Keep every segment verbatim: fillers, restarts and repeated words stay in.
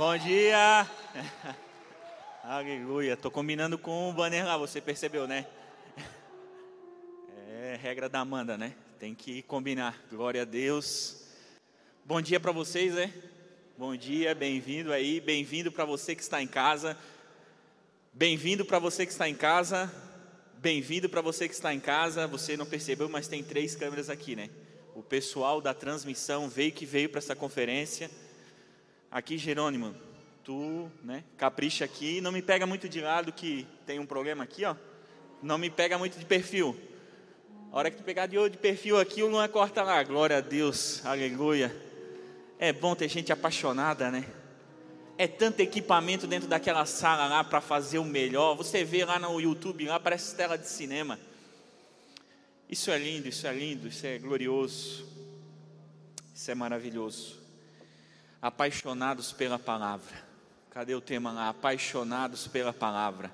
Bom dia! Aleluia! Tô combinando com o banner lá, você percebeu, né? É regra da Amanda, né? Tem que combinar. Glória a Deus. Bom dia para vocês, né? Bom dia, bem-vindo aí, bem-vindo para você que está em casa. Bem-vindo para você que está em casa. Bem-vindo para você que está em casa. Você não percebeu, mas tem três câmeras aqui, né? O pessoal da transmissão veio que veio para essa conferência. Aqui, Jerônimo, tu, né, capricha aqui, não me pega muito de lado que tem um problema aqui, ó. Não me pega muito de perfil. A hora que tu pegar de olho de perfil aqui, o Luan corta lá. Glória a Deus, aleluia. É bom ter gente apaixonada, né? É tanto equipamento dentro daquela sala lá para fazer o melhor. Você vê lá no YouTube, lá parece tela de cinema. Isso é lindo, isso é lindo, isso é glorioso. Isso é maravilhoso. Apaixonados pela palavra. Cadê o tema lá? Apaixonados pela palavra.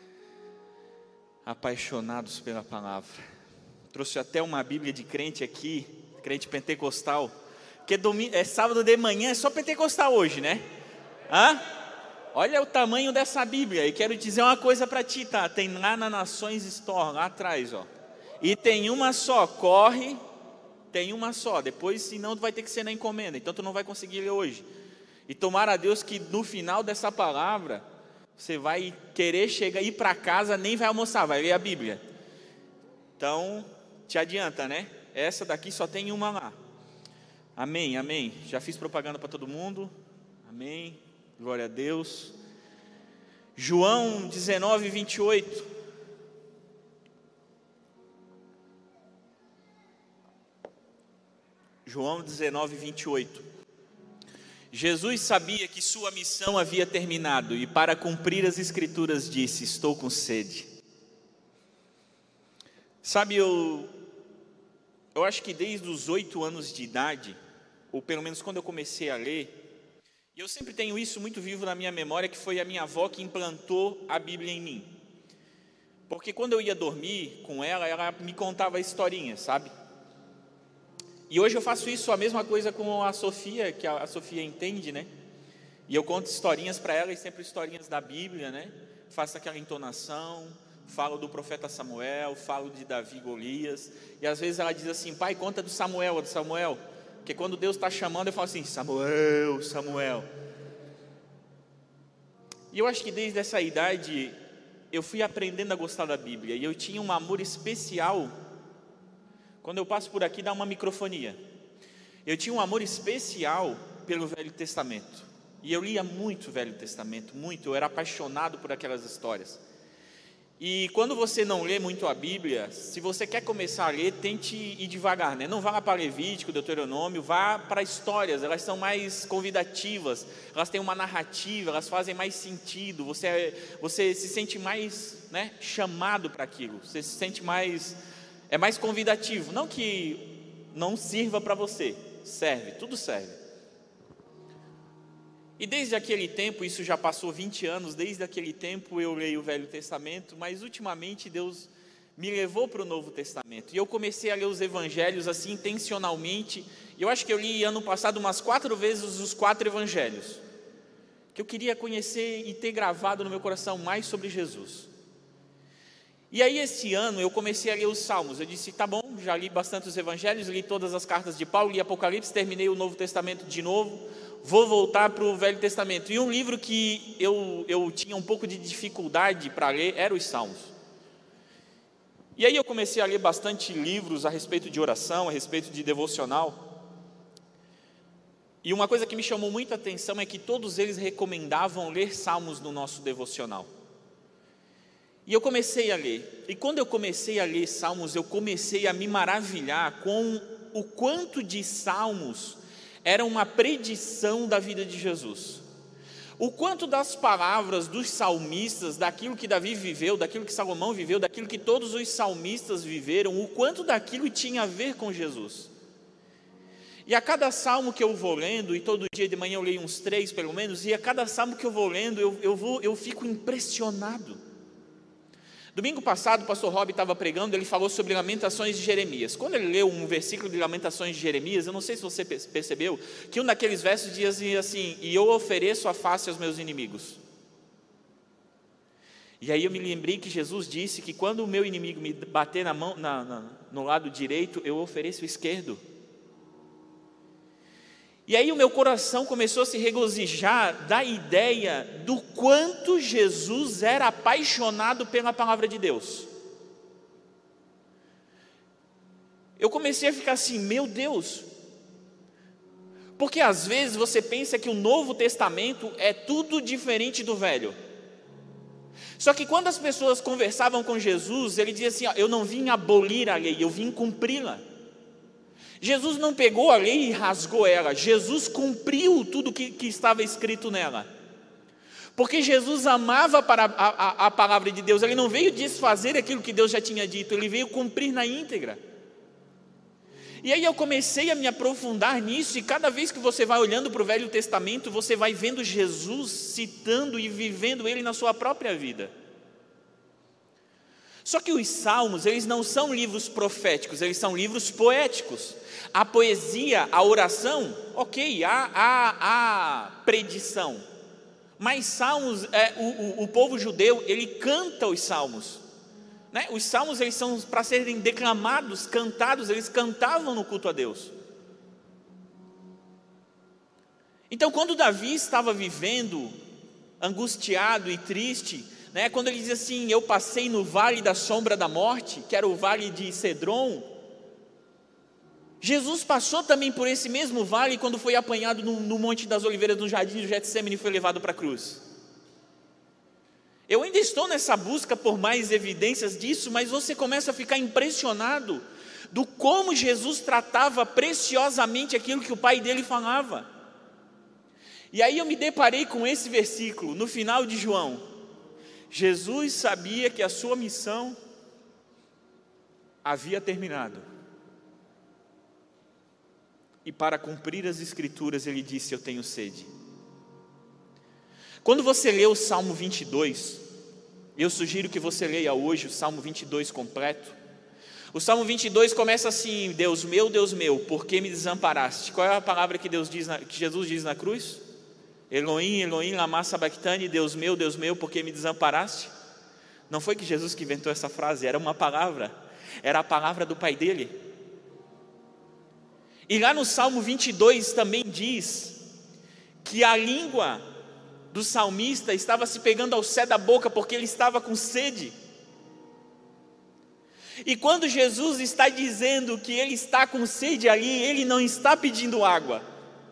Apaixonados pela palavra. Trouxe até uma Bíblia de crente aqui, crente pentecostal. Porque domingo, é sábado de manhã, é só pentecostal hoje, né? Hã? Olha o tamanho dessa Bíblia. E quero dizer uma coisa para ti, tá? Tem lá na Nações Store, lá atrás, ó. E tem uma só, corre. Tem uma só, depois senão tu vai ter que ser na encomenda, então tu não vai conseguir ler hoje. E tomara a Deus que no final dessa palavra, você vai querer chegar, ir para casa, nem vai almoçar, vai ler a Bíblia. Então, te adianta, né? Essa daqui só tem uma lá. Amém, amém. Já fiz propaganda para todo mundo. Amém, glória a Deus. João dezenove, vinte e oito. João dezenove, vinte e oito. Jesus sabia que sua missão havia terminado e para cumprir as escrituras disse: estou com sede. Sabe, eu, eu acho que desde os oito anos de idade, ou pelo menos quando eu comecei a ler, e eu sempre tenho isso muito vivo na minha memória, que foi a minha avó que implantou a Bíblia em mim. Porque quando eu ia dormir com ela, ela me contava historinhas, sabe? E hoje eu faço isso, a mesma coisa com a Sofia, que a Sofia entende, né? E eu conto historinhas para ela, e sempre historinhas da Bíblia, né? Faço aquela entonação, falo do profeta Samuel, falo de Davi e Golias. E às vezes ela diz assim: pai, conta do Samuel, do Samuel. Porque quando Deus está chamando, eu falo assim: Samuel, Samuel. E eu acho que desde essa idade, eu fui aprendendo a gostar da Bíblia. E eu tinha um amor especial. Quando eu passo por aqui, dá uma microfonia. Eu tinha um amor especial pelo Velho Testamento. E eu lia muito o Velho Testamento, muito. Eu era apaixonado por aquelas histórias. E quando você não lê muito a Bíblia, se você quer começar a ler, tente ir devagar, né? Não vá lá para Levítico, Deuteronômio, vá para histórias. Elas são mais convidativas, elas têm uma narrativa, elas fazem mais sentido. Você, você se sente mais, né, chamado para aquilo. Você se sente mais... É mais convidativo, não que não sirva para você, serve, tudo serve. E desde aquele tempo, isso já passou vinte anos, desde aquele tempo eu leio o Velho Testamento, mas ultimamente Deus me levou para o Novo Testamento. E eu comecei a ler os evangelhos assim intencionalmente. Eu acho que eu li ano passado umas quatro vezes os quatro evangelhos, que eu queria conhecer e ter gravado no meu coração mais sobre Jesus. E aí esse ano eu comecei a ler os Salmos. Eu disse, tá bom, já li bastante os evangelhos, li todas as cartas de Paulo, li Apocalipse, terminei o Novo Testamento de novo, vou voltar para o Velho Testamento. E um livro que eu, eu tinha um pouco de dificuldade para ler era os Salmos. E aí eu comecei a ler bastante livros a respeito de oração, a respeito de devocional. E uma coisa que me chamou muita atenção é que todos eles recomendavam ler Salmos no nosso devocional. E eu comecei a ler, e quando eu comecei a ler Salmos, eu comecei a me maravilhar com o quanto de Salmos era uma predição da vida de Jesus. O quanto das palavras dos salmistas, daquilo que Davi viveu, daquilo que Salomão viveu, daquilo que todos os salmistas viveram, o quanto daquilo tinha a ver com Jesus. E a cada salmo que eu vou lendo, e todo dia de manhã eu leio uns três pelo menos, e a cada salmo que eu vou lendo, eu, eu, vou, eu fico impressionado. Domingo passado, o pastor Rob estava pregando, ele falou sobre Lamentações de Jeremias. Quando ele leu um versículo de Lamentações de Jeremias, eu não sei se você percebeu, que um daqueles versos dizia assim: e eu ofereço a face aos meus inimigos. E aí eu me lembrei que Jesus disse que quando o meu inimigo me bater na mão, na, na, no lado direito, eu ofereço o esquerdo. E aí o meu coração começou a se regozijar da ideia do quanto Jesus era apaixonado pela palavra de Deus. Eu comecei a ficar assim, meu Deus, porque às vezes você pensa que o Novo Testamento é tudo diferente do Velho. Só que quando as pessoas conversavam com Jesus, ele dizia assim, ó, eu não vim abolir a lei, eu vim cumpri-la. Jesus não pegou a lei e rasgou ela, Jesus cumpriu tudo que, que estava escrito nela, porque Jesus amava para a, a, a palavra de Deus, ele não veio desfazer aquilo que Deus já tinha dito, ele veio cumprir na íntegra. E aí eu comecei a me aprofundar nisso, e cada vez que você vai olhando para o Velho Testamento, você vai vendo Jesus citando e vivendo ele na sua própria vida. Só que os salmos, eles não são livros proféticos, eles são livros poéticos. A poesia, a oração, ok, há, há, há predição. Mas salmos, é, o, o, o povo judeu, ele canta os salmos. Né? Os salmos, eles são para serem declamados, cantados, eles cantavam no culto a Deus. Então, quando Davi estava vivendo, angustiado e triste, né, quando ele diz assim, eu passei no vale da sombra da morte, que era o vale de Cedron, Jesus passou também por esse mesmo vale quando foi apanhado no, no Monte das Oliveiras, no jardim do Getsemane, e foi levado para a cruz. Eu ainda estou nessa busca por mais evidências disso, mas você começa a ficar impressionado do como Jesus tratava preciosamente aquilo que o pai dele falava. E aí eu me deparei com esse versículo, no final de João. Jesus sabia que a sua missão havia terminado. E para cumprir as escrituras, ele disse, eu tenho sede. Quando você lê o Salmo vinte e dois, eu sugiro que você leia hoje o Salmo vinte e dois completo. O Salmo vinte e dois começa assim, Deus meu, Deus meu, por que me desamparaste? Qual é a palavra que, Deus diz na, que Jesus diz na cruz? Elohim, Elohim, lama sabachthani, Deus meu, Deus meu, por que me desamparaste? Não foi que Jesus que inventou essa frase, era uma palavra, era a palavra do pai dele. E lá no Salmo vinte e dois também diz que a língua do salmista estava se pegando ao céu da boca porque ele estava com sede. E quando Jesus está dizendo que ele está com sede ali, ele não está pedindo água.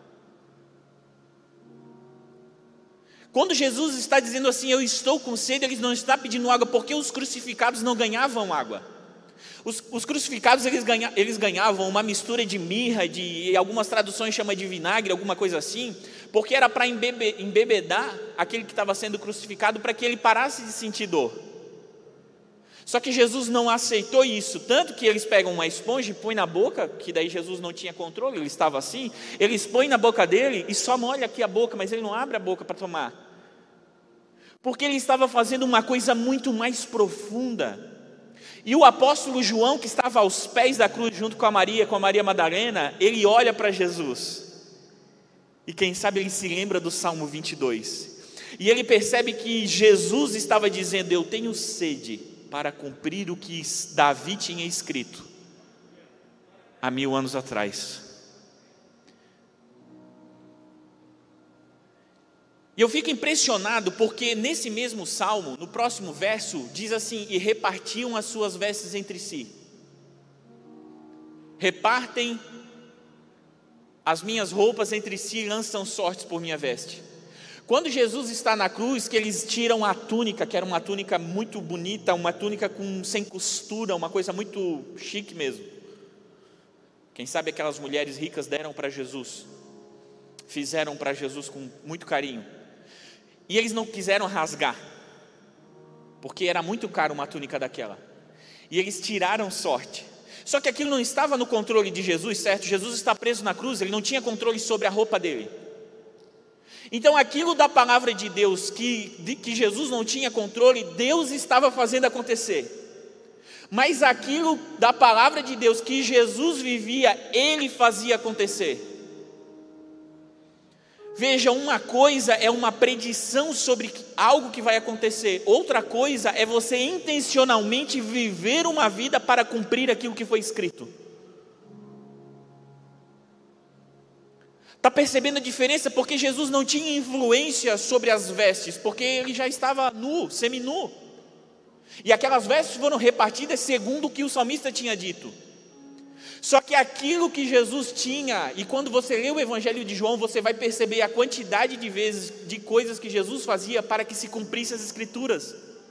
Quando Jesus está dizendo assim, eu estou com sede, ele não está pedindo água, porque os crucificados não ganhavam água. Os, os crucificados, eles, ganha, eles ganhavam uma mistura de mirra, de algumas traduções chamam de vinagre, alguma coisa assim, porque era para embebe, embebedar aquele que estava sendo crucificado, para que ele parasse de sentir dor. Só que Jesus não aceitou isso, tanto que eles pegam uma esponja e põem na boca, que daí Jesus não tinha controle, ele estava assim, eles põem na boca dele e só molha aqui a boca, mas ele não abre a boca para tomar, porque ele estava fazendo uma coisa muito mais profunda. E o apóstolo João, que estava aos pés da cruz junto com a Maria, com a Maria Madalena, ele olha para Jesus, e quem sabe ele se lembra do Salmo vinte e dois, e ele percebe que Jesus estava dizendo, eu tenho sede, para cumprir o que Davi tinha escrito, há mil anos atrás. E eu fico impressionado porque nesse mesmo salmo, no próximo verso, diz assim, e repartiam as suas vestes entre si. Repartem as minhas roupas entre si e lançam sortes por minha veste. Quando Jesus está na cruz, que eles tiram a túnica, que era uma túnica muito bonita, uma túnica com, sem costura, uma coisa muito chique mesmo. Quem sabe aquelas mulheres ricas deram para Jesus, fizeram para Jesus com muito carinho. E eles não quiseram rasgar, porque era muito caro uma túnica daquela. E eles tiraram sorte. Só que aquilo não estava no controle de Jesus, certo? Jesus está preso na cruz, ele não tinha controle sobre a roupa dele. Então aquilo da palavra de Deus que, de, que Jesus não tinha controle, Deus estava fazendo acontecer. Mas aquilo da palavra de Deus que Jesus vivia, Ele fazia acontecer. Veja, uma coisa é uma predição sobre algo que vai acontecer, outra coisa é você intencionalmente viver uma vida para cumprir aquilo que foi escrito. Está percebendo a diferença? Porque Jesus não tinha influência sobre as vestes, porque ele já estava nu, seminu. E aquelas vestes foram repartidas segundo o que o salmista tinha dito. Só que aquilo que Jesus tinha, e quando você lê o Evangelho de João, você vai perceber a quantidade de vezes, de coisas que Jesus fazia para que se cumprisse as Escrituras.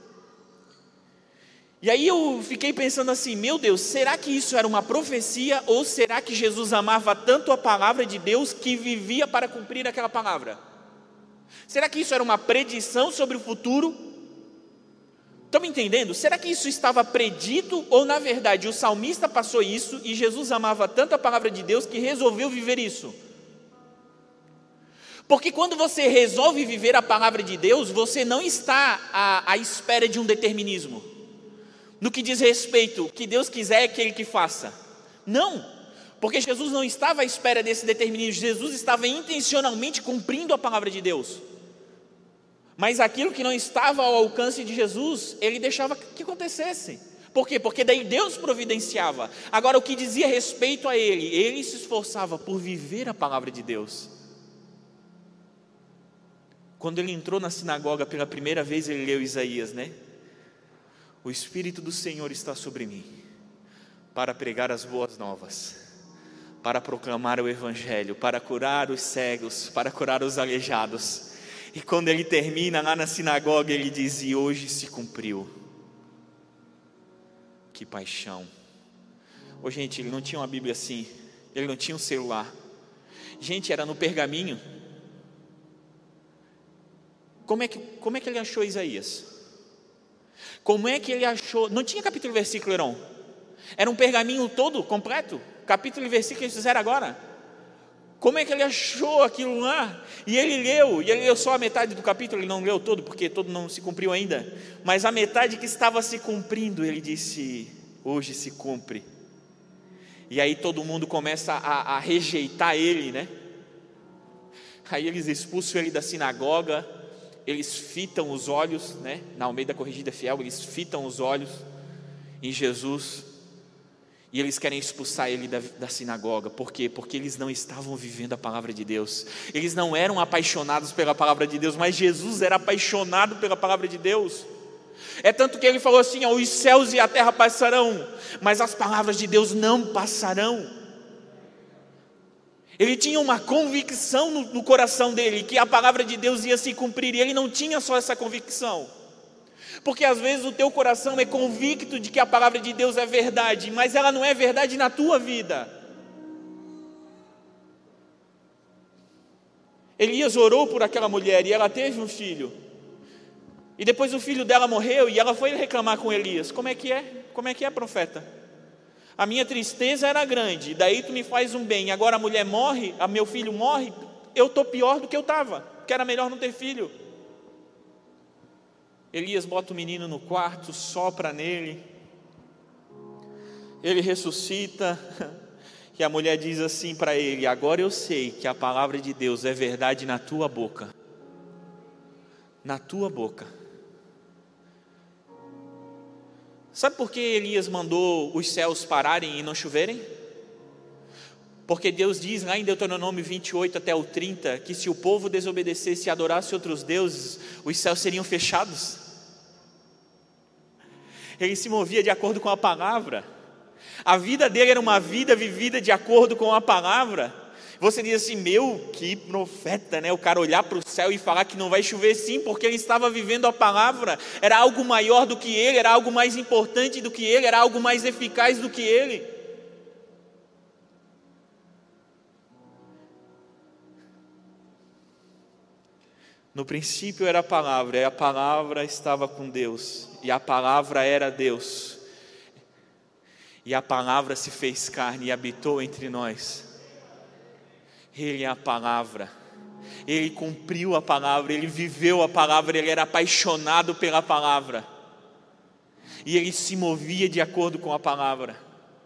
E aí eu fiquei pensando assim, meu Deus, será que isso era uma profecia, ou será que Jesus amava tanto a palavra de Deus que vivia para cumprir aquela palavra? Será que isso era uma predição sobre o futuro? Estão me entendendo? Será que isso estava predito, ou na verdade o salmista passou isso e Jesus amava tanto a palavra de Deus que resolveu viver isso? Porque quando você resolve viver a palavra de Deus, você não está à, à espera de um determinismo, no que diz respeito, que Deus quiser é aquele que faça. Não, porque Jesus não estava à espera desse determinismo, Jesus estava intencionalmente cumprindo a palavra de Deus. Mas aquilo que não estava ao alcance de Jesus, ele deixava que acontecesse. Por quê? Porque daí Deus providenciava. Agora, o que dizia respeito a ele, ele se esforçava por viver a palavra de Deus. Quando ele entrou na sinagoga pela primeira vez, ele leu Isaías, né? O Espírito do Senhor está sobre mim, para pregar as boas novas, para proclamar o Evangelho, para curar os cegos, para curar os aleijados. E quando ele termina lá na sinagoga, ele diz, e hoje se cumpriu. Que paixão. Ô, gente, ele não tinha uma Bíblia assim, ele não tinha um celular. Gente, era no pergaminho. Como é que, como é que ele achou Isaías? Como é que ele achou? Não tinha capítulo e versículo, Heron. Era um pergaminho todo, completo. Capítulo e versículo que eles fizeram agora. Como é que ele achou aquilo lá? E ele leu, e ele leu só a metade do capítulo, ele não leu todo, porque todo não se cumpriu ainda. Mas a metade que estava se cumprindo, ele disse, hoje se cumpre. E aí todo mundo começa a, a rejeitar ele, né? Aí eles expulsam ele da sinagoga, eles fitam os olhos, né? Na Almeida Corrigida Fiel, eles fitam os olhos em Jesus. E eles querem expulsar ele da, da sinagoga. Por quê? Porque eles não estavam vivendo a palavra de Deus. Eles não eram apaixonados pela palavra de Deus, mas Jesus era apaixonado pela palavra de Deus. É tanto que ele falou assim, ó, os céus e a terra passarão, mas as palavras de Deus não passarão. Ele tinha uma convicção no, no coração dele, que a palavra de Deus ia se cumprir, e ele não tinha só essa convicção. Porque às vezes o teu coração é convicto de que a palavra de Deus é verdade, mas ela não é verdade na tua vida. Elias orou por aquela mulher e ela teve um filho. E depois o filho dela morreu e ela foi reclamar com Elias. Como é que é? Como é que é, profeta? A minha tristeza era grande, daí tu me faz um bem. Agora a mulher morre, a meu filho morre, eu estou pior do que eu estava, que era melhor não ter filho. Elias bota o menino no quarto, sopra nele, ele ressuscita, e a mulher diz assim para ele, agora eu sei que a palavra de Deus é verdade na tua boca, na tua boca. Sabe por que Elias mandou os céus pararem e não choverem? Porque Deus diz lá em Deuteronômio vinte e oito até o trinta, que se o povo desobedecesse e adorasse outros deuses, os céus seriam fechados. Ele se movia de acordo com a palavra. A vida dele era uma vida vivida de acordo com a palavra. Você diz assim, meu, que profeta, né? O cara olhar para o céu e falar que não vai chover, sim, porque ele estava vivendo a palavra. Era algo maior do que ele, era algo mais importante do que ele, era algo mais eficaz do que ele. No princípio era a palavra, e a palavra estava com Deus, e a palavra era Deus, e a palavra se fez carne e habitou entre nós. Ele é a palavra, Ele cumpriu a palavra, ele viveu a palavra, ele era apaixonado pela palavra. E ele se movia de acordo com a palavra.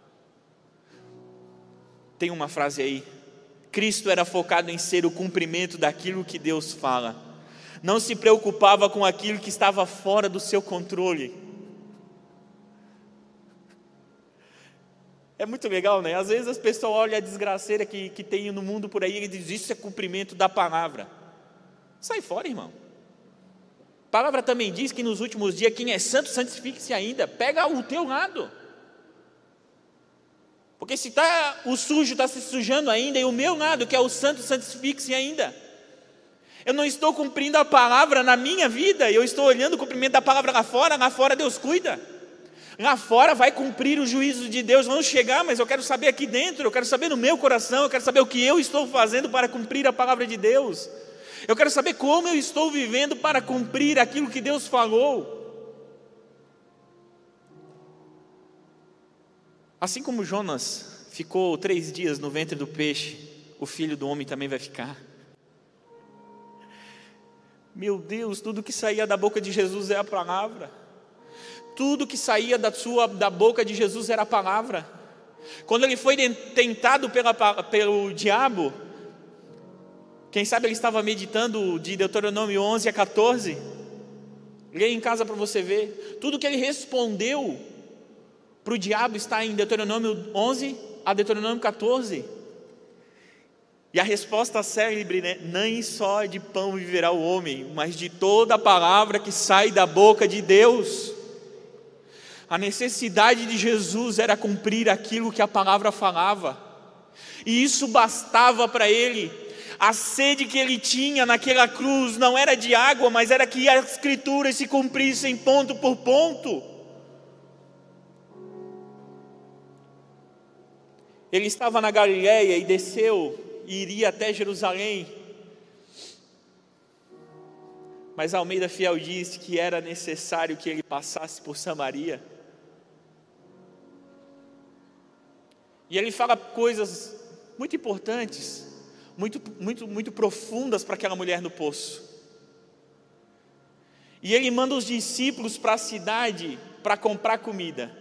Tem uma frase aí: Cristo era focado em ser o cumprimento daquilo que Deus fala. Não se preocupava com aquilo que estava fora do seu controle. É muito legal, né? Às vezes as pessoas olham a desgraceira que, que tem no mundo por aí e dizem: isso é cumprimento da palavra. Sai fora, irmão. A palavra também diz que nos últimos dias quem é santo, santifique-se ainda. Pega o teu lado. Porque se tá, o sujo está se sujando ainda, e o meu lado, que é o santo, santifique-se ainda. Eu não estou cumprindo a palavra na minha vida, eu estou olhando o cumprimento da palavra lá fora. Lá fora Deus cuida. Lá fora vai cumprir o juízo de Deus, vão chegar, mas eu quero saber aqui dentro, eu quero saber no meu coração, eu quero saber o que eu estou fazendo para cumprir a palavra de Deus. Eu quero saber como eu estou vivendo para cumprir aquilo que Deus falou. Assim como Jonas ficou três dias no ventre do peixe, o Filho do Homem também vai ficar. Meu Deus, tudo que saía da boca de Jesus é a palavra. Tudo que saía da, sua, da boca de Jesus era a palavra. Quando ele foi tentado pela, pelo diabo, quem sabe ele estava meditando de Deuteronômio onze a quatorze. Leia em casa para você ver. Tudo que ele respondeu para o diabo está em Deuteronômio onze a Deuteronômio quatorze. E a resposta célebre, né? Nem só de pão viverá o homem, mas de toda a palavra que sai da boca de Deus. A necessidade de Jesus era cumprir aquilo que a palavra falava, e isso bastava para ele. A sede que ele tinha naquela cruz não era de água, mas era que as escrituras se cumprissem ponto por ponto. Ele estava na Galileia e desceu e iria até Jerusalém, mas Almeida Fiel disse que era necessário que ele passasse por Samaria. E ele fala coisas muito importantes, muito, muito, muito profundas para aquela mulher no poço. E ele manda os discípulos para a cidade para comprar comida.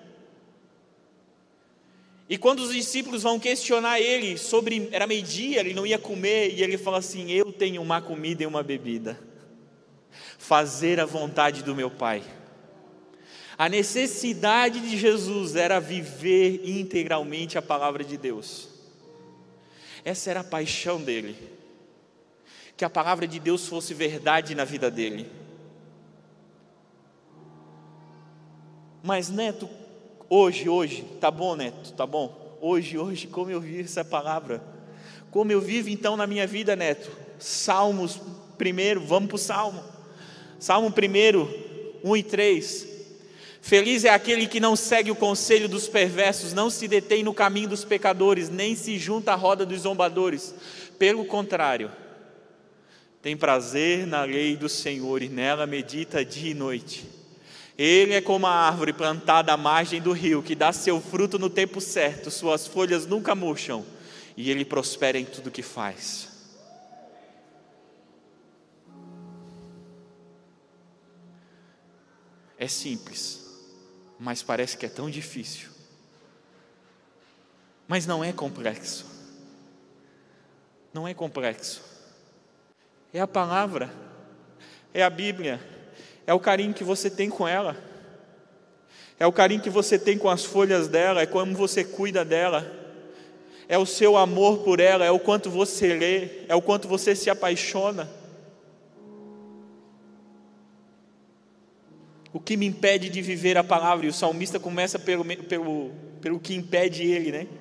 E quando os discípulos vão questionar ele sobre, era meio-dia, ele não ia comer, e ele fala assim: eu tenho uma comida e uma bebida, fazer a vontade do meu Pai. A necessidade de Jesus era viver integralmente a palavra de Deus. Essa era a paixão dele, que a palavra de Deus fosse verdade na vida dele. Mas Neto, hoje, hoje, tá bom Neto, tá bom? Hoje, hoje, como eu vivo essa palavra? Como eu vivo então na minha vida, Neto? Salmos primeiro, vamos para o Salmo. Salmo primeiro, um e três. Feliz é aquele que não segue o conselho dos perversos, não se detém no caminho dos pecadores, nem se junta à roda dos zombadores. Pelo contrário, tem prazer na lei do Senhor e nela medita dia e noite. Ele é como a árvore plantada à margem do rio, que dá seu fruto no tempo certo, suas folhas nunca murcham, e ele prospera em tudo que faz. É simples, mas parece que é tão difícil. Mas não é complexo. Não é complexo. É a palavra, é a Bíblia, é o carinho que você tem com ela, é o carinho que você tem com as folhas dela, é como você cuida dela, é o seu amor por ela, é o quanto você lê, é o quanto você se apaixona. O que me impede de viver a palavra? E o salmista começa pelo, pelo, pelo que impede ele, né?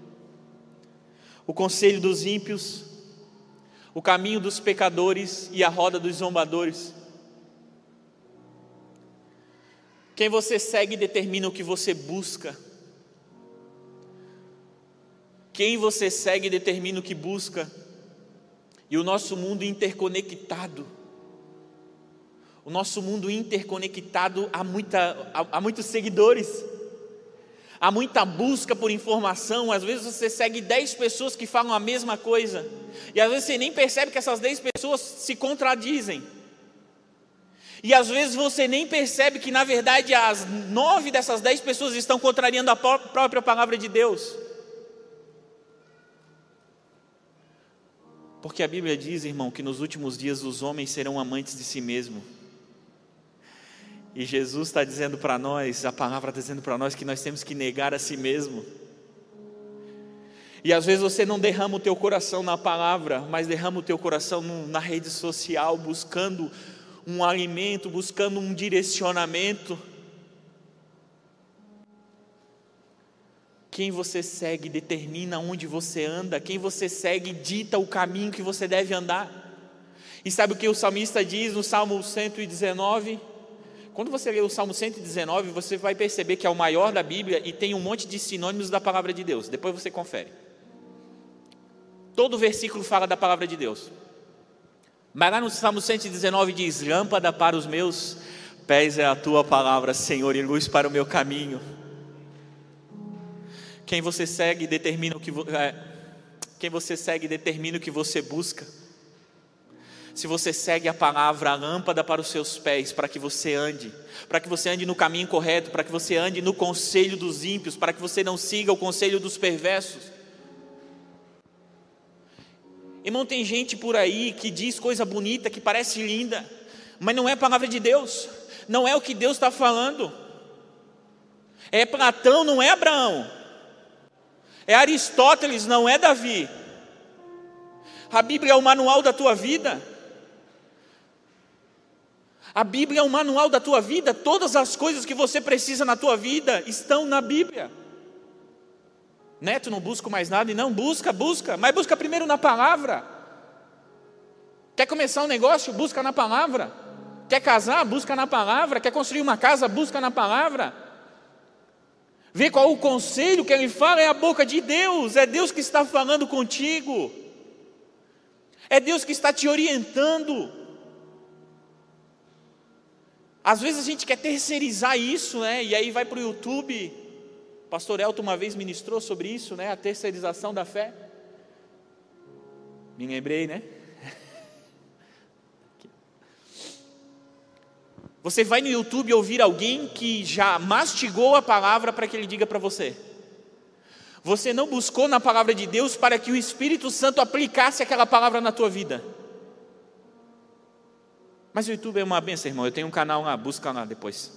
O conselho dos ímpios, o caminho dos pecadores e a roda dos zombadores. Quem você segue determina o que você busca. Quem você segue determina o que busca. E o nosso mundo interconectado, o nosso mundo interconectado há, muita, há, há muitos seguidores, há muita busca por informação. Às vezes você segue dez pessoas que falam a mesma coisa, e às vezes você nem percebe que essas dez pessoas se contradizem. E às vezes você nem percebe que na verdade as nove dessas dez pessoas estão contrariando a própria palavra de Deus. Porque a Bíblia diz, irmão, que nos últimos dias os homens serão amantes de si mesmos. E Jesus está dizendo para nós, a palavra está dizendo para nós que nós temos que negar a si mesmo. E às vezes você não derrama o teu coração na palavra, mas derrama o teu coração no, na rede social, buscando um alimento, buscando um direcionamento. Quem você segue determina onde você anda. Quem você segue dita o caminho que você deve andar. E sabe o que o salmista diz no Salmo cento e dezenove? Quando você lê o Salmo cento e dezenove, você vai perceber que é o maior da Bíblia e tem um monte de sinônimos da palavra de Deus. Depois você confere. Todo versículo fala da palavra de Deus. Mas lá no Salmo cento e dezenove diz: lâmpada para os meus pés é a tua palavra, Senhor, e luz para o meu caminho. Quem você segue determina o que é, quem você segue determina o que você busca. Se você segue a palavra, a lâmpada para os seus pés, para que você ande, para que você ande no caminho correto, para que você ande no conselho dos ímpios, para que você não siga o conselho dos perversos. Irmão, tem gente por aí que diz coisa bonita, que parece linda, mas não é a palavra de Deus, não é o que Deus está falando. É Platão, não é Abraão. É Aristóteles, não é Davi. A Bíblia é o manual da tua vida. A Bíblia é o manual da tua vida. Todas as coisas que você precisa na tua vida estão na Bíblia. Neto, não busco mais nada. E não, busca, busca. Mas busca primeiro na palavra. Quer começar um negócio? Busca na palavra. Quer casar? Busca na palavra. Quer construir uma casa? Busca na palavra. Vê qual o conselho que ele fala, é a boca de Deus. É Deus que está falando contigo. É Deus que está te orientando. Às vezes a gente quer terceirizar isso, né? E aí vai para o YouTube. O pastor Elton uma vez ministrou sobre isso, né? A terceirização da fé. Me lembrei, né? Você vai no YouTube ouvir alguém que já mastigou a palavra para que ele diga para você. Você não buscou na palavra de Deus para que o Espírito Santo aplicasse aquela palavra na tua vida. Mas o YouTube é uma benção, irmão. Eu tenho um canal lá, busca lá depois.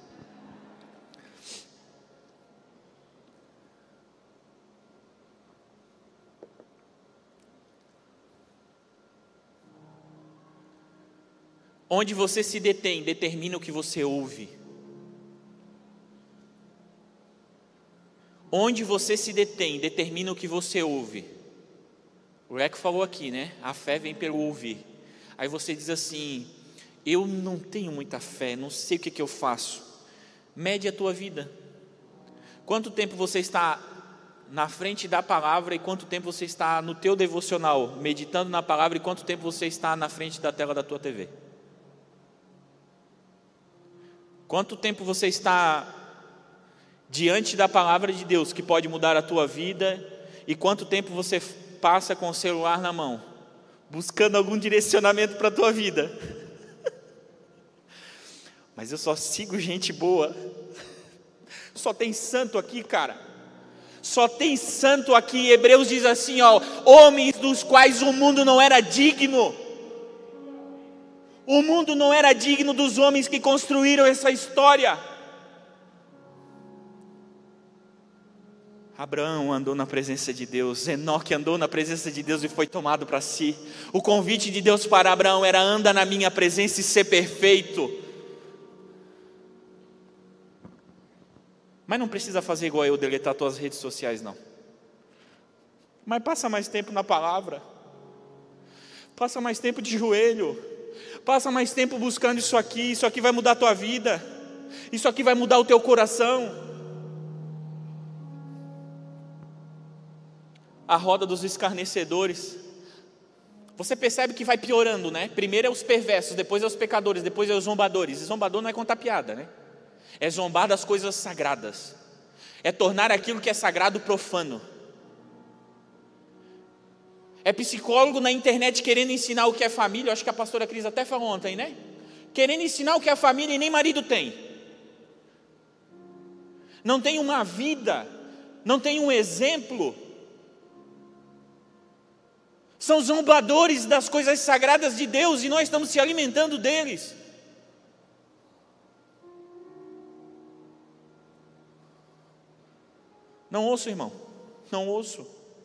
Onde você se detém, determina o que você ouve. Onde você se detém, determina o que você ouve. O Leco falou aqui, né? A fé vem pelo ouvir. Aí você diz assim: eu não tenho muita fé, não sei o que, que eu faço. Mede a tua vida. Quanto tempo você está na frente da palavra e quanto tempo você está no teu devocional, meditando na palavra, e quanto tempo você está na frente da tela da tua T V? Quanto tempo você está diante da palavra de Deus, que pode mudar a tua vida, e quanto tempo você passa com o celular na mão, buscando algum direcionamento para a tua vida? Mas eu só sigo gente boa. Só tem santo aqui, cara. Só tem santo aqui. Hebreus diz assim, ó: homens dos quais o mundo não era digno. O mundo não era digno dos homens que construíram essa história. Abraão andou na presença de Deus. Enoque andou na presença de Deus e foi tomado para si. O convite de Deus para Abraão era: anda na minha presença e ser perfeito. Mas não precisa fazer igual eu, deletar tuas redes sociais, não. Mas passa mais tempo na palavra. Passa mais tempo de joelho. Passa mais tempo buscando isso aqui. Isso aqui vai mudar a tua vida. Isso aqui vai mudar o teu coração. A roda dos escarnecedores. Você percebe que vai piorando, né? Primeiro é os perversos, depois é os pecadores, depois é os zombadores. E zombador não é contar piada, né? É zombar das coisas sagradas. É tornar aquilo que é sagrado profano. É psicólogo na internet querendo ensinar o que é família. Eu acho que a pastora Cris até falou ontem, né? Querendo ensinar o que é família e nem marido tem. Não tem uma vida, não tem um exemplo. São zombadores das coisas sagradas de Deus e nós estamos se alimentando deles. Não ouço, irmão, não ouço.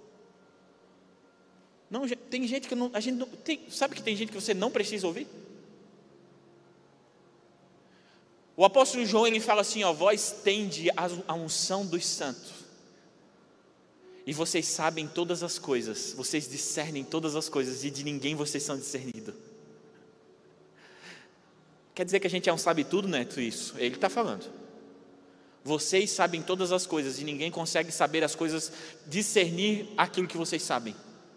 Não, tem gente que não, a gente não, tem, sabe que tem gente que você não precisa ouvir? O apóstolo João, ele fala assim, ó, vós tende a unção dos santos, e vocês sabem todas as coisas, vocês discernem todas as coisas, e de ninguém vocês são discernidos. Quer dizer que a gente é um sabe tudo, né? Isso, ele está falando. Vocês sabem todas as coisas, e ninguém consegue saber as coisas, discernir aquilo que vocês sabem.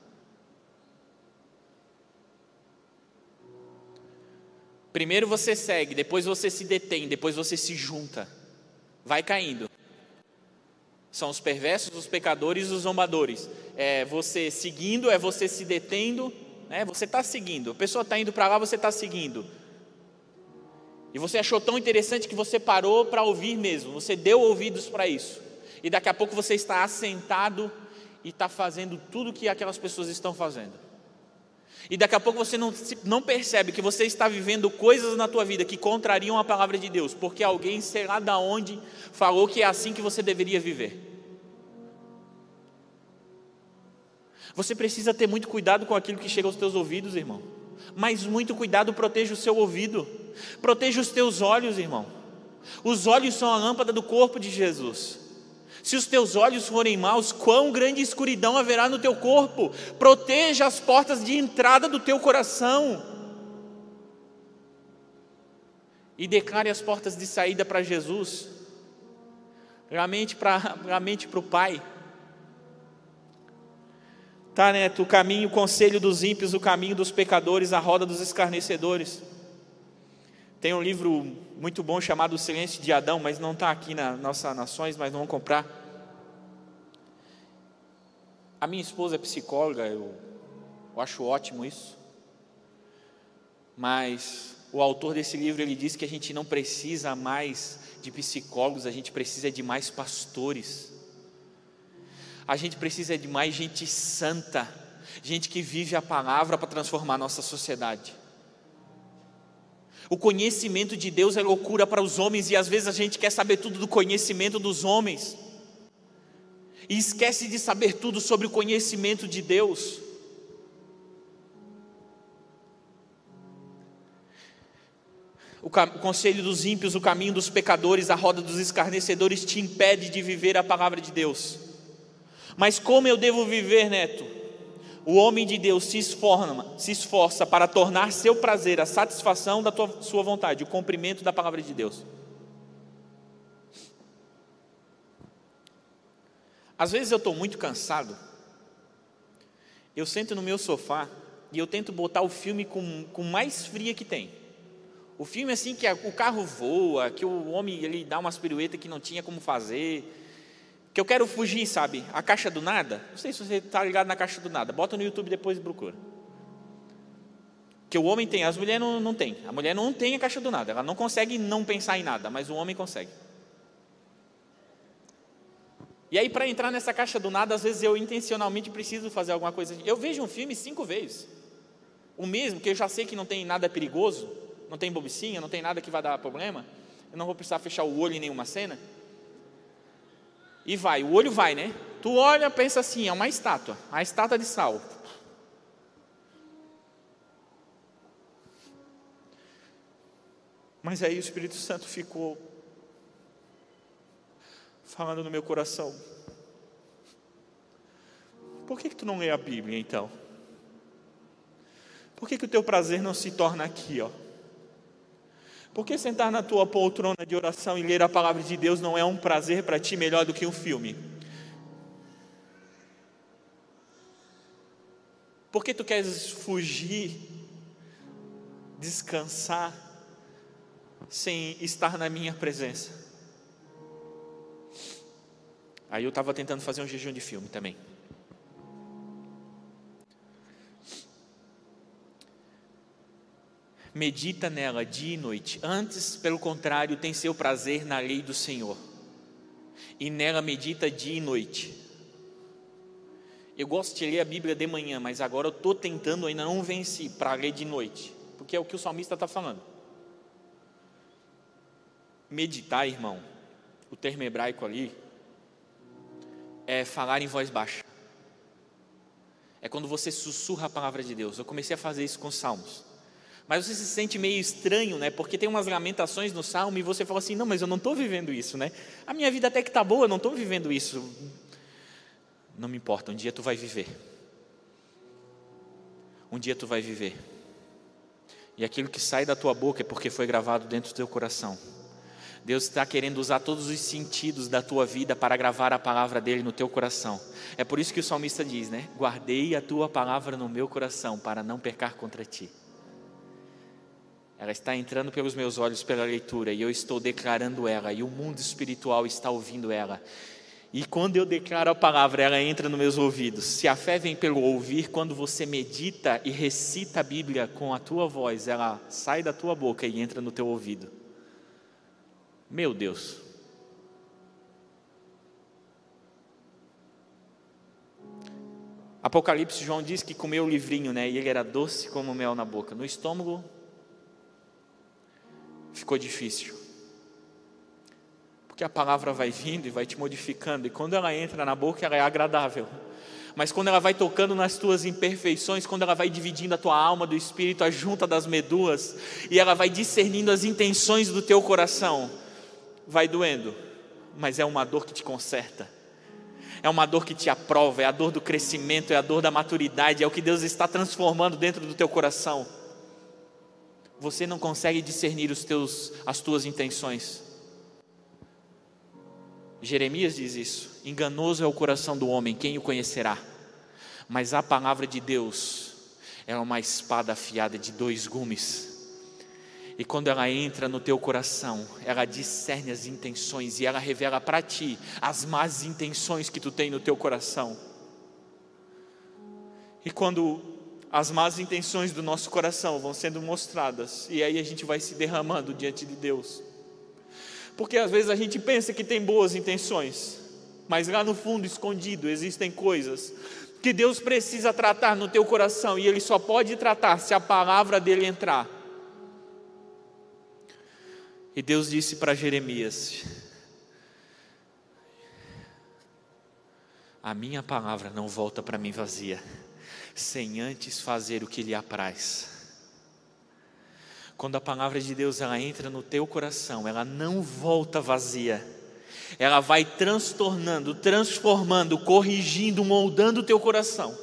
Primeiro você segue, depois você se detém, depois você se junta. Vai caindo. São os perversos, os pecadores e os zombadores. É você seguindo, é você se detendo, né? Você está seguindo. A pessoa está indo para lá, você está seguindo. E você achou tão interessante que você parou para ouvir mesmo. Você deu ouvidos para isso. E daqui a pouco você está assentado e está fazendo tudo que aquelas pessoas estão fazendo. E daqui a pouco você não, não percebe que você está vivendo coisas na tua vida que contrariam a palavra de Deus, porque alguém, sei lá da onde, falou que é assim que você deveria viver. Você precisa ter muito cuidado com aquilo que chega aos teus ouvidos, irmão. Mas muito cuidado, proteja o seu ouvido. Proteja os teus olhos, irmão. Os olhos são a lâmpada do corpo de Jesus. Se os teus olhos forem maus, quão grande escuridão haverá no teu corpo. Proteja as portas de entrada do teu coração. E declare as portas de saída para Jesus. Lamente para lamente para o Pai. Tá, Neto? O caminho, o conselho dos ímpios, o caminho dos pecadores, a roda dos escarnecedores. Tem um livro muito bom chamado O Silêncio de Adão, mas não está aqui na nossas nações, mas não vão comprar. A minha esposa é psicóloga, eu, eu acho ótimo isso. Mas o autor desse livro, ele diz que a gente não precisa mais de psicólogos, a gente precisa de mais pastores. A gente precisa de mais gente santa, gente que vive a palavra para transformar a nossa sociedade. O conhecimento de Deus é loucura para os homens, e às vezes a gente quer saber tudo do conhecimento dos homens, e esquece de saber tudo sobre o conhecimento de Deus. O, o conselho dos ímpios, o caminho dos pecadores, a roda dos escarnecedores te impede de viver a palavra de Deus. Mas como eu devo viver, Neto? O homem de Deus se esforça, se esforça para tornar seu prazer a satisfação da tua, sua vontade, o cumprimento da palavra de Deus. Às vezes eu estou muito cansado, eu sento no meu sofá e eu tento botar o filme com, com mais fria que tem. O filme assim que a, o carro voa, que o homem ele dá umas piruetas que não tinha como fazer, que eu quero fugir, sabe? A Caixa do Nada, não sei se você está ligado na Caixa do Nada, bota no YouTube depois e procura. Que o homem tem, as mulheres não, não tem. A mulher não tem a Caixa do Nada, ela não consegue não pensar em nada, mas o homem consegue. E aí para entrar nessa Caixa do Nada, às vezes eu intencionalmente preciso fazer alguma coisa. Eu vejo um filme cinco vezes, o mesmo, que eu já sei que não tem nada perigoso, não tem bobicinha, não tem nada que vai dar problema, eu não vou precisar fechar o olho em nenhuma cena. E vai, o olho vai, né? Tu olha, pensa assim, é uma estátua, a estátua de sal. Mas aí o Espírito Santo ficou falando no meu coração: por que que tu não lê a Bíblia então? Por que que o teu prazer não se torna aqui, ó? Por que sentar na tua poltrona de oração e ler a palavra de Deus não é um prazer para ti melhor do que um filme? Por que tu queres fugir, descansar, sem estar na minha presença? Aí eu estava tentando fazer um jejum de filme também. Medita nela dia e noite. Antes, pelo contrário, tem seu prazer na lei do Senhor, e nela medita dia e noite. Eu gosto de ler a Bíblia de manhã, mas agora eu estou tentando, ainda não venci, para ler de noite, porque é o que o salmista está falando. Meditar, irmão, o termo hebraico ali é falar em voz baixa. É quando você sussurra a palavra de Deus. Eu comecei a fazer isso com os salmos. Mas você se sente meio estranho, né? Porque tem umas lamentações no salmo e você fala assim: não, mas eu não estou vivendo isso, né? A minha vida até que está boa, eu não estou vivendo isso. Não me importa, um dia tu vai viver. Um dia tu vai viver. E aquilo que sai da tua boca é porque foi gravado dentro do teu coração. Deus está querendo usar todos os sentidos da tua vida para gravar a palavra dele no teu coração. É por isso que o salmista diz, né? Guardei a tua palavra no meu coração para não pecar contra ti. Ela está entrando pelos meus olhos pela leitura, e eu estou declarando ela, e o mundo espiritual está ouvindo ela. E quando eu declaro a palavra, ela entra nos meus ouvidos. Se a fé vem pelo ouvir, quando você medita e recita a Bíblia com a tua voz, ela sai da tua boca e entra no teu ouvido. Meu Deus. Apocalipse, João diz que comeu o livrinho, né? E ele era doce como mel na boca. No estômago ficou difícil, porque a palavra vai vindo e vai te modificando, e quando ela entra na boca, ela é agradável, mas quando ela vai tocando nas tuas imperfeições, quando ela vai dividindo a tua alma do espírito, a junta das medulas, e ela vai discernindo as intenções do teu coração, vai doendo, mas é uma dor que te conserta, é uma dor que te aprova, é a dor do crescimento, é a dor da maturidade, é o que Deus está transformando dentro do teu coração. Você não consegue discernir os teus, as tuas intenções. Jeremias diz isso: enganoso é o coração do homem, quem o conhecerá? Mas a palavra de Deus é uma espada afiada de dois gumes, e quando ela entra no teu coração, ela discerne as intenções, e ela revela para ti as más intenções que tu tem no teu coração. E quando as más intenções do nosso coração vão sendo mostradas, e aí a gente vai se derramando diante de Deus, porque às vezes a gente pensa que tem boas intenções, mas lá no fundo, escondido, existem coisas que Deus precisa tratar no teu coração, e Ele só pode tratar se a palavra dEle entrar. E Deus disse para Jeremias: a minha palavra não volta para mim vazia, sem antes fazer o que lhe apraz. Quando a palavra de Deus ela entra no teu coração, ela não volta vazia, ela vai transtornando, transformando, corrigindo, moldando o teu coração.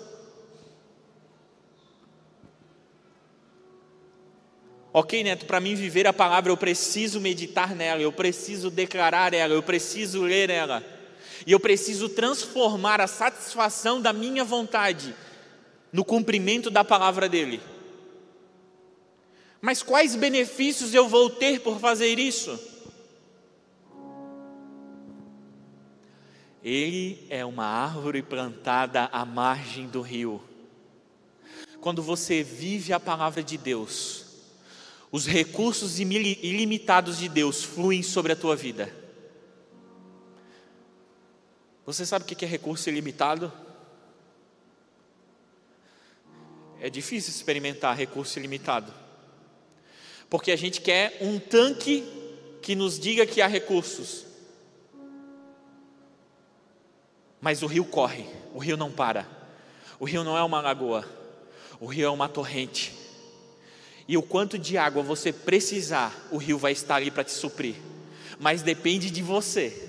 Ok, Neto, para mim viver a palavra eu preciso meditar nela, eu preciso declarar ela, eu preciso ler ela, e eu preciso transformar a satisfação da minha vontade no cumprimento da palavra dEle. Mas quais benefícios eu vou ter por fazer isso? Ele é uma árvore plantada à margem do rio. Quando você vive a palavra de Deus, os recursos ilimitados de Deus fluem sobre a tua vida. Você sabe o que é recurso ilimitado? É difícil experimentar recurso ilimitado, porque a gente quer um tanque que nos diga que há recursos, mas o rio corre, o rio não para, o rio não é uma lagoa, o rio é uma torrente, e o quanto de água você precisar, o rio vai estar ali para te suprir, mas depende de você.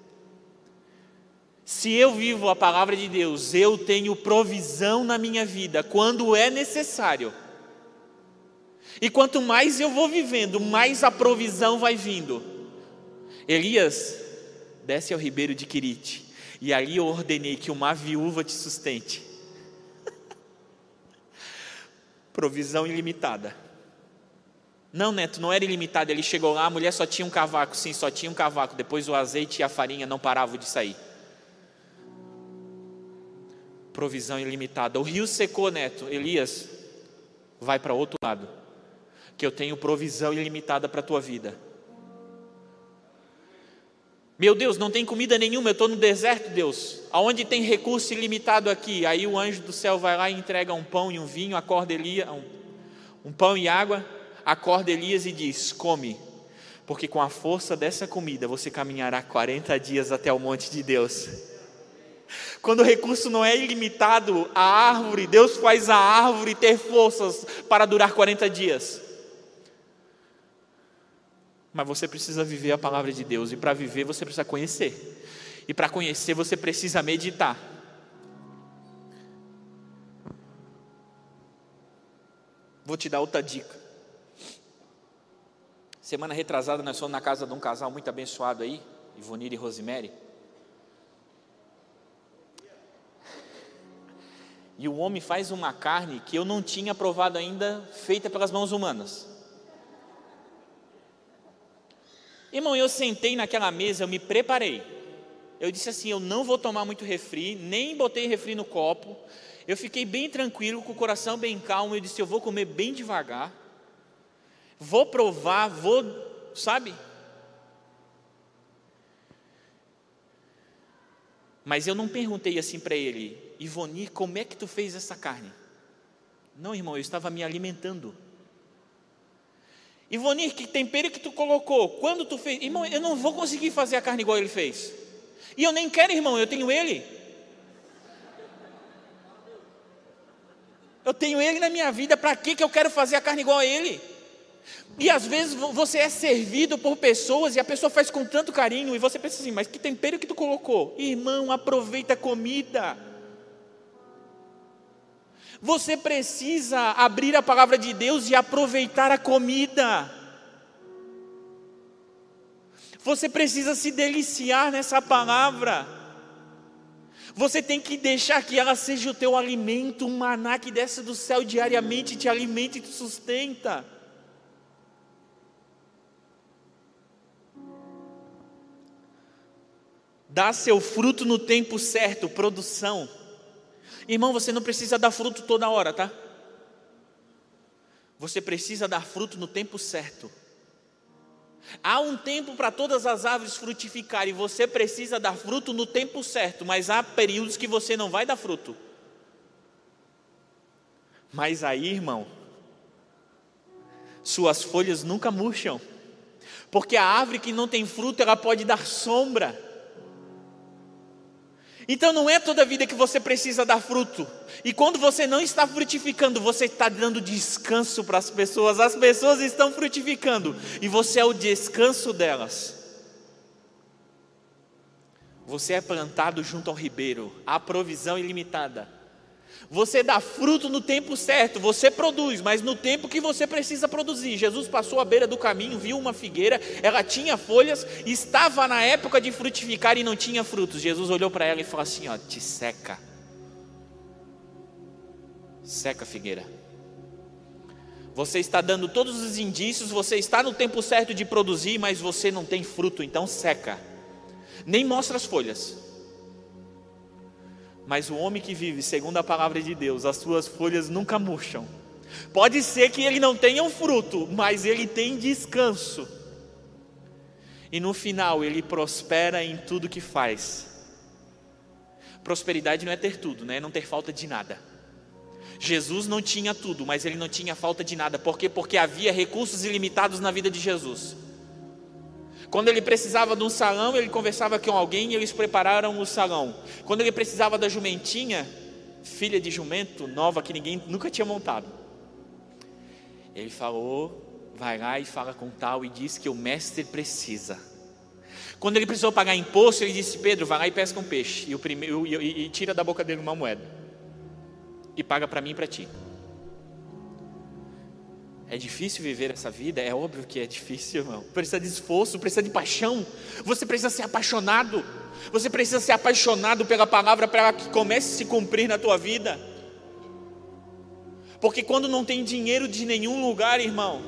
Se eu vivo a palavra de Deus, eu tenho provisão na minha vida quando é necessário. E quanto mais eu vou vivendo, mais a provisão vai vindo. Elias, desce ao ribeiro de Querite, e ali eu ordenei que uma viúva te sustente. Provisão ilimitada. Não, Neto, não era ilimitada. Ele chegou lá, a mulher só tinha um cavaco. Sim, só tinha um cavaco. Depois o azeite e a farinha não paravam de sair. provisão ilimitada. O rio secou, Neto. Elias, vai para outro lado, que eu tenho provisão ilimitada para a tua vida. Meu Deus, não tem comida nenhuma, eu estou no deserto, Deus. Aonde tem recurso ilimitado aqui? Aí o anjo do céu vai lá e entrega um pão e um vinho, acorda Elias, um, um pão e água, acorda Elias e diz: come, porque com a força dessa comida você caminhará quarenta dias até o monte de Deus. Quando o recurso não é ilimitado, a árvore, Deus faz a árvore ter forças para durar quarenta dias. Mas você precisa viver a palavra de Deus, e para viver você precisa conhecer, e para conhecer você precisa meditar. Vou te dar outra dica. Semana retrasada nós fomos na casa de um casal muito abençoado aí, Ivonir e Rosemary. E o homem faz uma carne que eu não tinha provado ainda, feita pelas mãos humanas. Irmão, eu sentei naquela mesa, eu me preparei. Eu disse assim: eu não vou tomar muito refri, nem botei refri no copo. Eu fiquei bem tranquilo, com o coração bem calmo. Eu disse: eu vou comer bem devagar, vou provar, vou, sabe? Mas eu não perguntei assim para ele: Ivonir, como é que tu fez essa carne? Não, irmão, eu estava me alimentando. Ivonir, que tempero que tu colocou? Quando tu fez? Irmão, eu não vou conseguir fazer a carne igual ele fez. E eu nem quero, irmão, eu tenho ele. Eu tenho ele na minha vida, para que que eu quero fazer a carne igual a ele? E às vezes você é servido por pessoas e a pessoa faz com tanto carinho e você pensa assim: mas que tempero que tu colocou? Irmão, aproveita a comida. Você precisa abrir a palavra de Deus e aproveitar a comida. Você precisa se deliciar nessa palavra. Você tem que deixar que ela seja o teu alimento, um maná que desce do céu diariamente, te alimenta e te sustenta. Dá seu fruto no tempo certo, produção. Irmão, você não precisa dar fruto toda hora, tá? Você precisa dar fruto no tempo certo. Há um tempo para todas as árvores frutificarem, e você precisa dar fruto no tempo certo, mas há períodos que você não vai dar fruto. Mas aí, irmão, suas folhas nunca murcham, porque a árvore que não tem fruto, ela pode dar sombra. Então não é toda vida que você precisa dar fruto. E quando você não está frutificando, você está dando descanso para as pessoas. As pessoas estão frutificando e você é o descanso delas. Você é plantado junto ao ribeiro, há provisão ilimitada. Você dá fruto no tempo certo, você produz, mas no tempo que você precisa produzir. Jesus passou à beira do caminho, viu uma figueira, ela tinha folhas, estava na época de frutificar e não tinha frutos. Jesus olhou para ela e falou assim: ó, te seca. Seca, figueira. Você está dando todos os indícios, você está no tempo certo de produzir, mas você não tem fruto, então seca. Nem mostra as folhas. Mas o homem que vive segundo a palavra de Deus, as suas folhas nunca murcham. Pode ser que ele não tenha um fruto, mas ele tem descanso. E no final ele prospera em tudo que faz. Prosperidade não é ter tudo, né? Não ter falta de nada. Jesus não tinha tudo, mas ele não tinha falta de nada. Por quê? Porque havia recursos ilimitados na vida de Jesus. Quando ele precisava de um salão, ele conversava com alguém e eles prepararam o salão. Quando ele precisava da jumentinha, filha de jumento, nova, que ninguém nunca tinha montado, ele falou: vai lá e fala com tal e diz que o mestre precisa. Quando ele precisou pagar imposto, ele disse: Pedro, vai lá e pesca um peixe e, o primeiro, e, e, e tira da boca dele uma moeda e paga para mim e para ti. É difícil viver essa vida? É óbvio que é difícil, irmão. Precisa de esforço, precisa de paixão. Você precisa ser apaixonado. Você precisa ser apaixonado pela palavra para ela que comece a se cumprir na tua vida. Porque quando não tem dinheiro de nenhum lugar, irmão,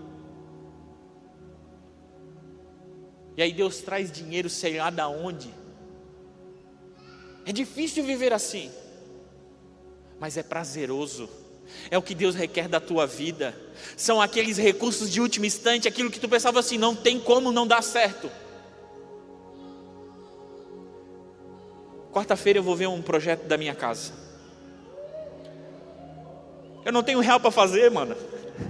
e aí Deus traz dinheiro sei lá da onde, é difícil viver assim. mas é prazeroso. É o que Deus requer da tua vida. São aqueles recursos de último instante, aquilo que tu pensava assim, não tem como não dar certo. Quarta-feira eu vou ver um projeto da minha casa. Eu não tenho real para fazer, mano.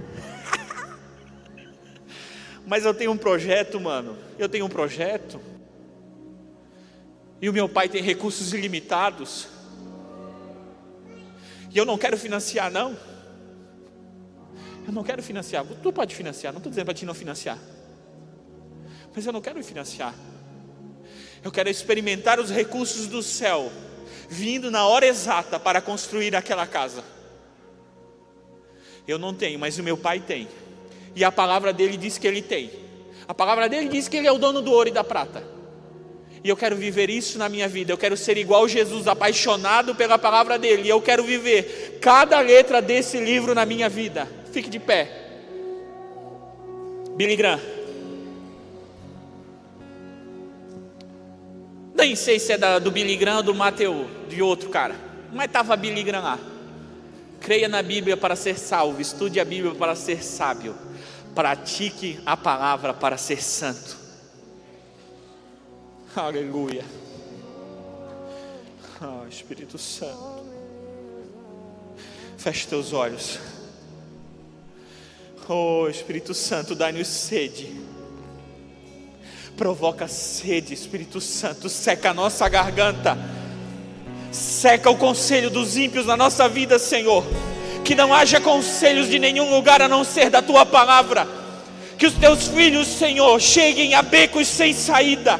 Mas eu tenho um projeto, mano. Eu tenho um projeto. E o meu pai tem recursos ilimitados. E eu não quero financiar, não. Eu não quero financiar. Tu pode financiar, não estou dizendo para ti não financiar. Mas eu não quero financiar. Eu quero experimentar os recursos do céu, vindo na hora exata para construir aquela casa. Eu não tenho, mas o meu pai tem. E a palavra dele diz que ele tem. A palavra dele diz que ele é o dono do ouro e da prata. E eu quero viver isso na minha vida. Eu quero ser igual Jesus, apaixonado pela palavra dele. E eu quero viver cada letra desse livro na minha vida. Fique de pé. Billy Graham. Nem sei se é da, do Billy Graham ou do Mateus, de outro cara. Mas estava Billy Graham lá. Creia na Bíblia para ser salvo. Estude a Bíblia para ser sábio. Pratique a palavra para ser santo. Aleluia. Ah, Espírito Santo. Feche teus olhos. Oh, Espírito Santo, dai-nos sede. Provoca sede, Espírito Santo. Seca a nossa garganta. Seca o conselho dos ímpios na nossa vida, Senhor. Que não haja conselhos de nenhum lugar a não ser da Tua palavra. Que os Teus filhos, Senhor, cheguem a becos sem saída.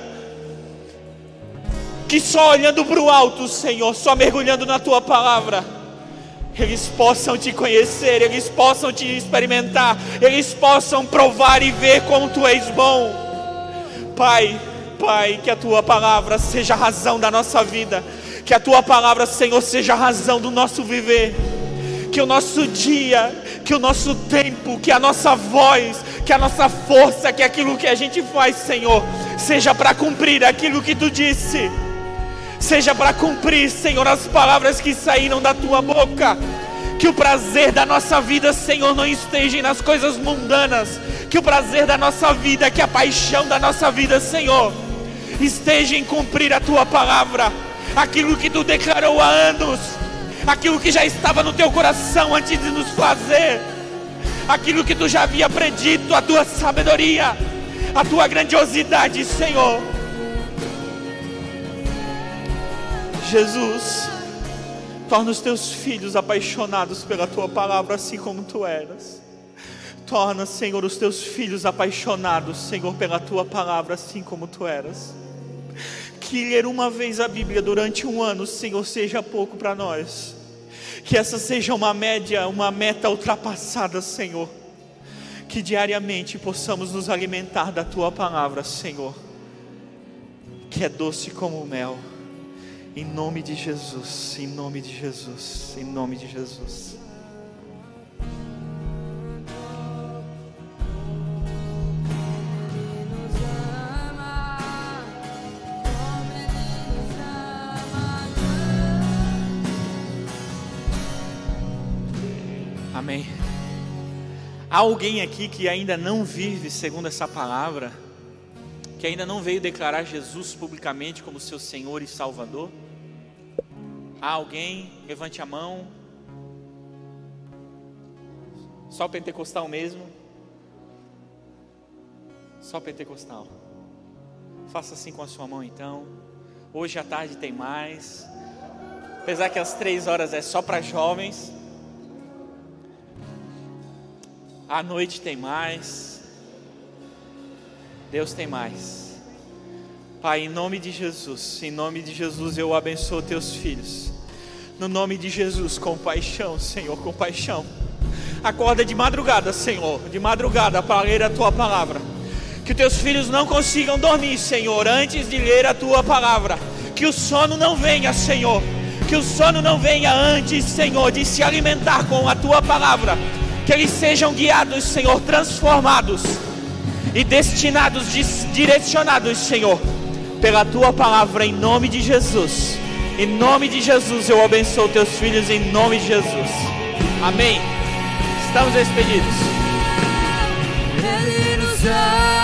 Que só olhando para o alto, Senhor, só mergulhando na Tua palavra, eles possam Te conhecer, eles possam Te experimentar, eles possam provar e ver como Tu és bom. Pai, Pai, que a Tua palavra seja a razão da nossa vida. Que a Tua palavra, Senhor, seja a razão do nosso viver. Que o nosso dia, que o nosso tempo, que a nossa voz, que a nossa força, que aquilo que a gente faz, Senhor, seja para cumprir aquilo que Tu disse. Seja para cumprir, Senhor, as palavras que saíram da Tua boca. Que o prazer da nossa vida, Senhor, não esteja nas coisas mundanas. Que o prazer da nossa vida, que a paixão da nossa vida, Senhor, esteja em cumprir a Tua palavra. Aquilo que Tu declarou há anos. Aquilo que já estava no Teu coração antes de nos fazer. Aquilo que Tu já havia predito, a Tua sabedoria, a Tua grandiosidade, Senhor. Jesus, torna os Teus filhos apaixonados pela Tua palavra, assim como Tu eras. Torna, Senhor, os Teus filhos apaixonados, Senhor, pela Tua palavra, assim como Tu eras. Que ler uma vez a Bíblia durante um ano, Senhor, seja pouco para nós. Que essa seja uma média, uma meta ultrapassada, Senhor. Que diariamente possamos nos alimentar da Tua palavra, Senhor, que é doce como o mel. Em nome de Jesus, em nome de Jesus, em nome de Jesus. Amém. Há alguém aqui que ainda não vive segundo essa palavra? Que ainda não veio declarar Jesus publicamente como seu Senhor e Salvador? Há alguém? Levante a mão. Só pentecostal mesmo? Só pentecostal. Faça assim com a sua mão então. Hoje à tarde tem mais. Apesar que às três horas é só para jovens. À noite tem mais. Deus tem mais. Pai, em nome de Jesus, em nome de Jesus eu abençoo Teus filhos. No nome de Jesus, compaixão, Senhor, compaixão. Acorda de madrugada, Senhor, de madrugada para ler a Tua palavra. Que Teus filhos não consigam dormir, Senhor, antes de ler a Tua palavra. Que o sono não venha, Senhor. Que o sono não venha antes, Senhor, de se alimentar com a Tua palavra. Que eles sejam guiados, Senhor, transformados e destinados, direcionados, Senhor, pela Tua palavra, em nome de Jesus. Em nome de Jesus, eu abençoo teus filhos em nome de Jesus. Amém. Estamos despedidos. Ele nos ama.